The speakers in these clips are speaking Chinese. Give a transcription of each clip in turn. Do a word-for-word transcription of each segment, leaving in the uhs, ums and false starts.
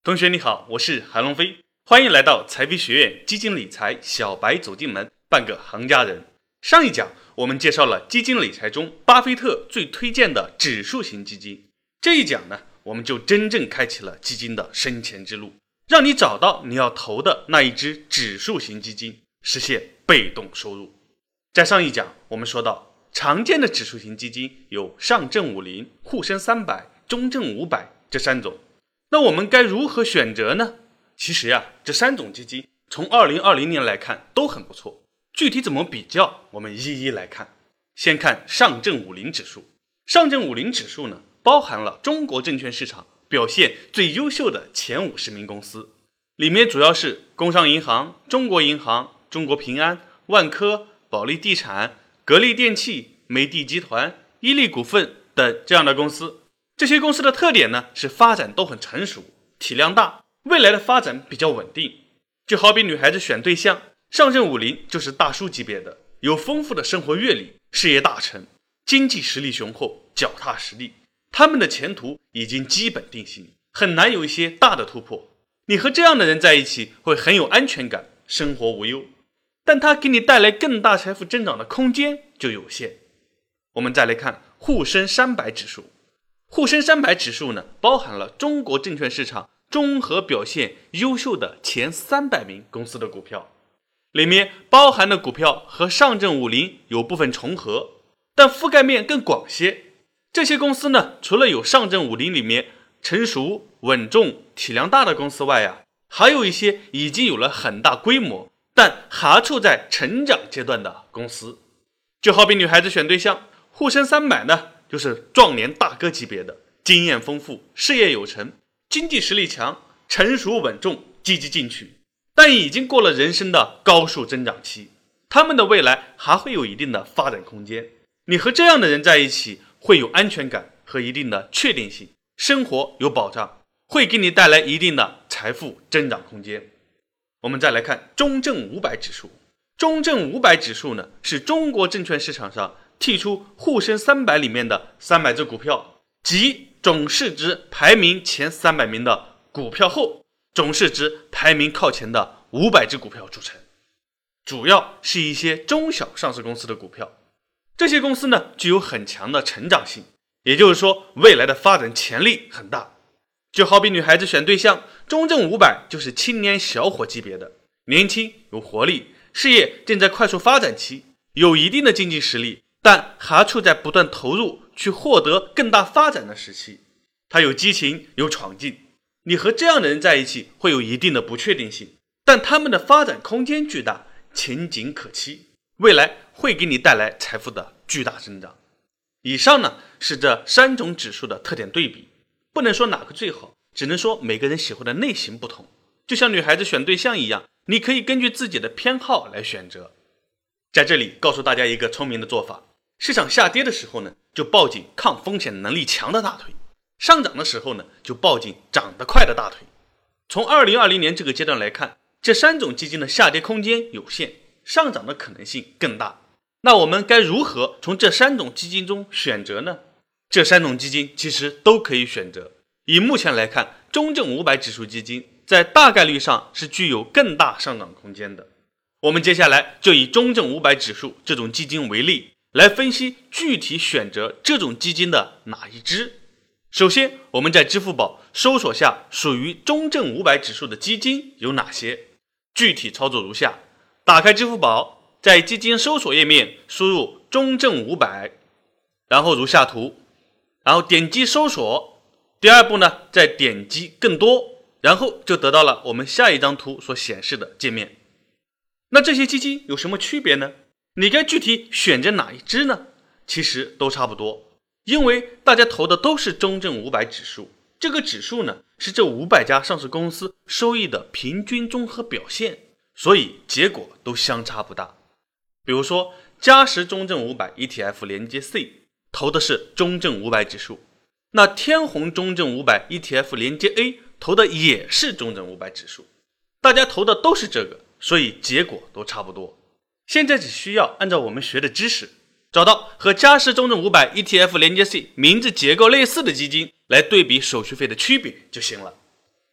同学你好，我是韩龙飞，欢迎来到财飞学院基金理财小白走进门，半个行家人。上一讲我们介绍了基金理财中巴菲特最推荐的指数型基金，这一讲呢，我们就真正开启了基金的升钱之路，让你找到你要投的那一只指数型基金，实现被动收入。在上一讲我们说到，常见的指数型基金有上证五零、沪深三百、中证五百这三种。那我们该如何选择呢？其实呀，这三种基金从二零二零年来看都很不错，具体怎么比较，我们一一来看。先看上证五零指数。上证五零指数呢，包含了中国证券市场表现最优秀的前五十名公司，里面主要是工商银行、中国银行、中国平安、万科、保利地产、格力电器、美的集团、伊利股份等这样的公司。这些公司的特点呢，是发展都很成熟，体量大，未来的发展比较稳定。就好比女孩子选对象，上证五零就是大叔级别的，有丰富的生活阅历，事业大成，经济实力雄厚，脚踏实地，他们的前途已经基本定型，很难有一些大的突破。你和这样的人在一起会很有安全感，生活无忧，但他给你带来更大财富增长的空间就有限。我们再来看沪深三百指数。沪深三百指数呢，包含了中国证券市场综合表现优秀的前三百名公司的股票，里面包含的股票和上证五零有部分重合，但覆盖面更广些。这些公司呢，除了有上证五零里面成熟、稳重、体量大的公司外啊，还有一些已经有了很大规模，但还处在成长阶段的公司。就好比女孩子选对象，沪深三百呢，就是壮年大哥级别的，经验丰富，事业有成，经济实力强，成熟稳重，积极进取，但已经过了人生的高速增长期，他们的未来还会有一定的发展空间。你和这样的人在一起，会有安全感和一定的确定性，生活有保障，会给你带来一定的财富增长空间。我们再来看中证五百指数。中证五百指数呢，是中国证券市场上剔出沪深三百里面的三百只股票，即总市值排名前三百名的股票后，总市值排名靠前的五百只股票组成，主要是一些中小上市公司的股票。这些公司呢，具有很强的成长性，也就是说未来的发展潜力很大。就好比女孩子选对象，中证五百就是青年小伙级别的，年轻有活力，事业正在快速发展期，有一定的经济实力，但还处在不断投入去获得更大发展的时期。他有激情，有闯劲。你和这样的人在一起会有一定的不确定性，但他们的发展空间巨大，前景可期，未来会给你带来财富的巨大增长。以上呢，是这三种指数的特点对比，不能说哪个最好，只能说每个人喜欢的类型不同。就像女孩子选对象一样，你可以根据自己的偏好来选择。在这里告诉大家一个聪明的做法，市场下跌的时候呢，就抱紧抗风险能力强的大腿，上涨的时候呢，就抱紧涨得快的大腿。从二零二零年这个阶段来看，这三种基金的下跌空间有限，上涨的可能性更大。那我们该如何从这三种基金中选择呢？这三种基金其实都可以选择。以目前来看，中证五百指数基金在大概率上是具有更大上涨空间的。我们接下来就以中证五百指数这种基金为例，来分析具体选择这种基金的哪一支。首先，我们在支付宝搜索下属于中证五百指数的基金有哪些。具体操作如下：打开支付宝，在基金搜索页面输入中证五百，然后如下图，然后点击搜索。第二步呢，再点击更多，然后就得到了我们下一张图所显示的界面。那这些基金有什么区别呢？你该具体选择哪一支呢？其实都差不多，因为大家投的都是中证五百指数，这个指数呢，是这五百家上市公司收益的平均综合表现，所以结果都相差不大。比如说嘉实中证五百 E T F 连接 C 投的是中证五百指数，那天弘中证五百 E T F 连接 A 投的也是中证五百指数，大家投的都是这个，所以结果都差不多。现在只需要按照我们学的知识，找到和嘉实中证五百 E T F 连接 C 名字结构类似的基金，来对比手续费的区别就行了。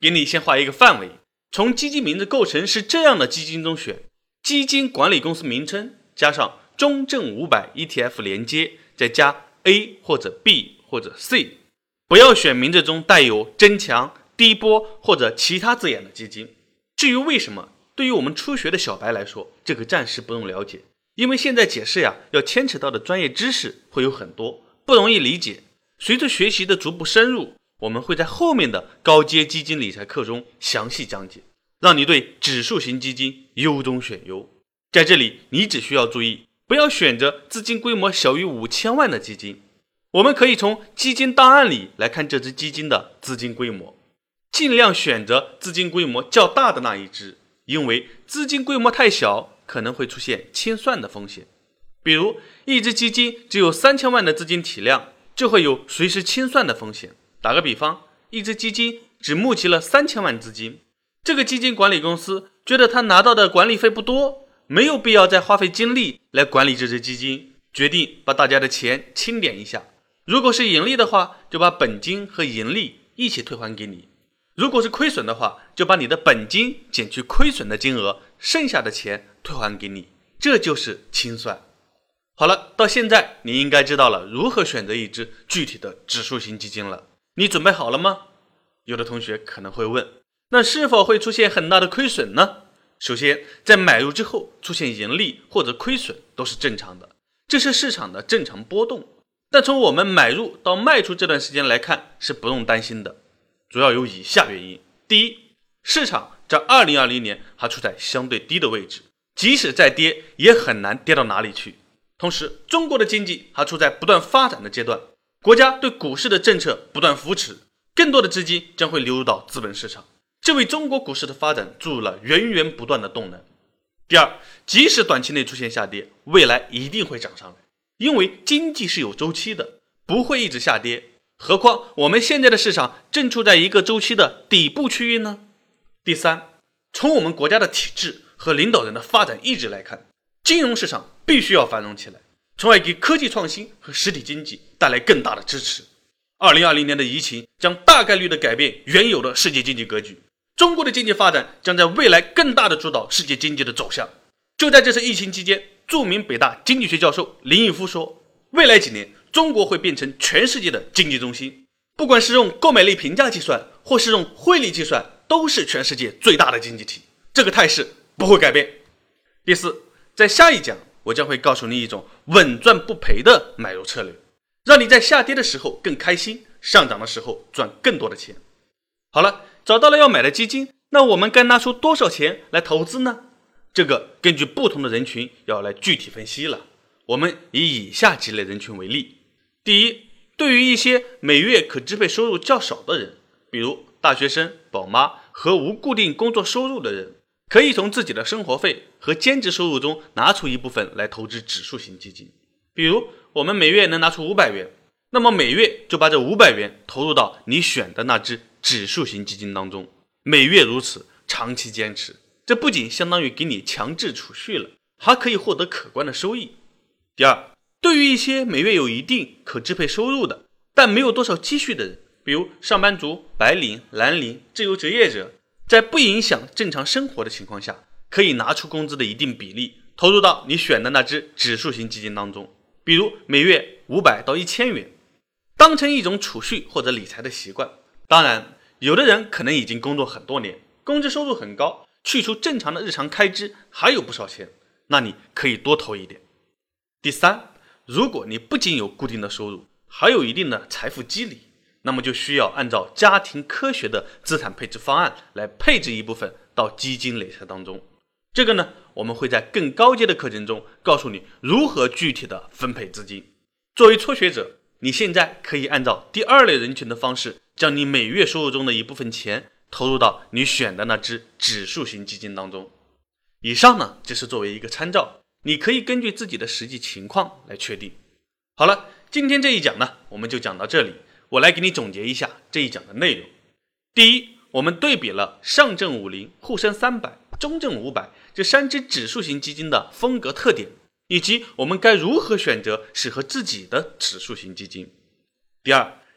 给你先画一个范围，从基金名字构成是这样的基金中选，基金管理公司名称加上中证五百 E T F 连接，再加 A 或者 B 或者 C， 不要选名字中带有增强、低波或者其他字眼的基金。至于为什么，对于我们初学的小白来说，这个暂时不用了解，因为现在解释呀，要牵扯到的专业知识会有很多，不容易理解。随着学习的逐步深入，我们会在后面的高阶基金理财课中详细讲解，让你对指数型基金优中选优。在这里，你只需要注意，不要选择资金规模小于五千万的基金。我们可以从基金档案里来看这只基金的资金规模，尽量选择资金规模较大的那一只，因为资金规模太小可能会出现清算的风险。比如一只基金只有三千万的资金体量，就会有随时清算的风险。打个比方，一只基金只募集了三千万资金，这个基金管理公司觉得他拿到的管理费不多，没有必要再花费精力来管理这只基金，决定把大家的钱清点一下。如果是盈利的话，就把本金和盈利一起退还给你；如果是亏损的话，就把你的本金减去亏损的金额，剩下的钱退还给你。这就是清算。好了，到现在你应该知道了如何选择一只具体的指数型基金了。你准备好了吗？有的同学可能会问，那是否会出现很大的亏损呢？首先，在买入之后出现盈利或者亏损都是正常的，这是市场的正常波动。但从我们买入到卖出这段时间来看，是不用担心的，主要有以下原因。第一，市场在二零二零年还处在相对低的位置，即使再跌也很难跌到哪里去。同时，中国的经济还处在不断发展的阶段，国家对股市的政策不断扶持，更多的资金将会流入到资本市场，这为中国股市的发展注入了源源不断的动能。第二，即使短期内出现下跌，未来一定会涨上来，因为经济是有周期的，不会一直下跌。何况我们现在的市场正处在一个周期的底部区域呢。第三，从我们国家的体制和领导人的发展意志来看，金融市场必须要繁荣起来，从而给科技创新和实体经济带来更大的支持。二零二零年的疫情将大概率的改变原有的世界经济格局，中国的经济发展将在未来更大的主导世界经济的走向。就在这次疫情期间，著名北大经济学教授林毅夫说，未来几年中国会变成全世界的经济中心，不管是用购买力评价计算或是用汇率计算，都是全世界最大的经济体，这个态势不会改变。第四，在下一讲我将会告诉你一种稳赚不赔的买入策略，让你在下跌的时候更开心，上涨的时候赚更多的钱。好了，找到了要买的基金，那我们该拿出多少钱来投资呢？这个根据不同的人群要来具体分析了。我们以以下几类人群为例。第一，对于一些每月可支配收入较少的人，比如大学生、宝妈和无固定工作收入的人，可以从自己的生活费和兼职收入中拿出一部分来投资指数型基金。比如我们每月能拿出五百元，那么每月就把这五百元投入到你选的那只指数型基金当中，每月如此，长期坚持，这不仅相当于给你强制储蓄了，还可以获得可观的收益。第二，对于一些每月有一定可支配收入的，但没有多少积蓄的人，比如上班族、白领、蓝领、自由职业者，在不影响正常生活的情况下，可以拿出工资的一定比例投入到你选的那只指数型基金当中，比如每月五百到一千元，当成一种储蓄或者理财的习惯。当然，有的人可能已经工作很多年，工资收入很高，去除正常的日常开支还有不少钱，那你可以多投一点。第三，如果你不仅有固定的收入，还有一定的财富积累，那么就需要按照家庭科学的资产配置方案来配置一部分到基金理财当中。这个呢，我们会在更高阶的课程中告诉你如何具体的分配资金。作为初学者，你现在可以按照第二类人群的方式，将你每月收入中的一部分钱投入到你选的那只指数型基金当中。以上呢，只是作为一个参照，你可以根据自己的实际情况来确定。好了，今天这一讲呢，我们就讲到这里。我来给你总结一下这一讲的内容。第一，我们对比了上证五零、沪深三百、中证五百这三只指数型基金的风格特点，以及我们该如何选择适合自己的指数型基金。第二，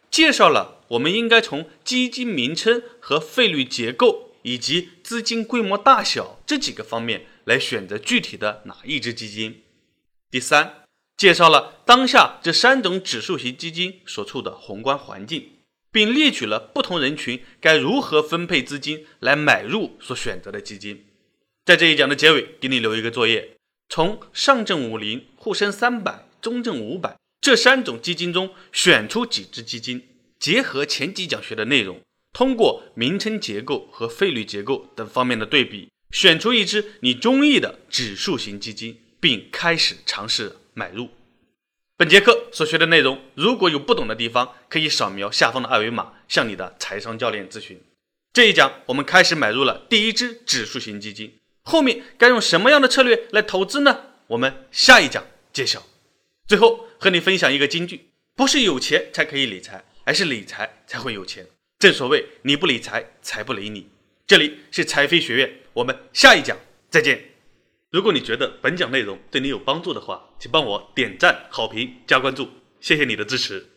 介绍了我们应该从基金名称和费率结构以及资金规模大小这几个方面来选择具体的哪一只基金。第三，介绍了当下这三种指数型基金所处的宏观环境，并列举了不同人群该如何分配资金来买入所选择的基金。在这一讲的结尾，给你留一个作业，从上证五零、沪深三百、中证五百这三种基金中选出几只基金，结合前几讲学的内容，通过名称结构和费率结构等方面的对比，选出一只你中意的指数型基金，并开始尝试买入。本节课所学的内容，如果有不懂的地方，可以扫描下方的二维码向你的财商教练咨询。这一讲我们开始买入了第一只指数型基金，后面该用什么样的策略来投资呢？我们下一讲揭晓。最后和你分享一个金句，不是有钱才可以理财，而是理财才会有钱。正所谓你不理财，财不理你。这里是财飞学院，我们下一讲再见。如果你觉得本讲内容对你有帮助的话，请帮我点赞、好评、加关注，谢谢你的支持。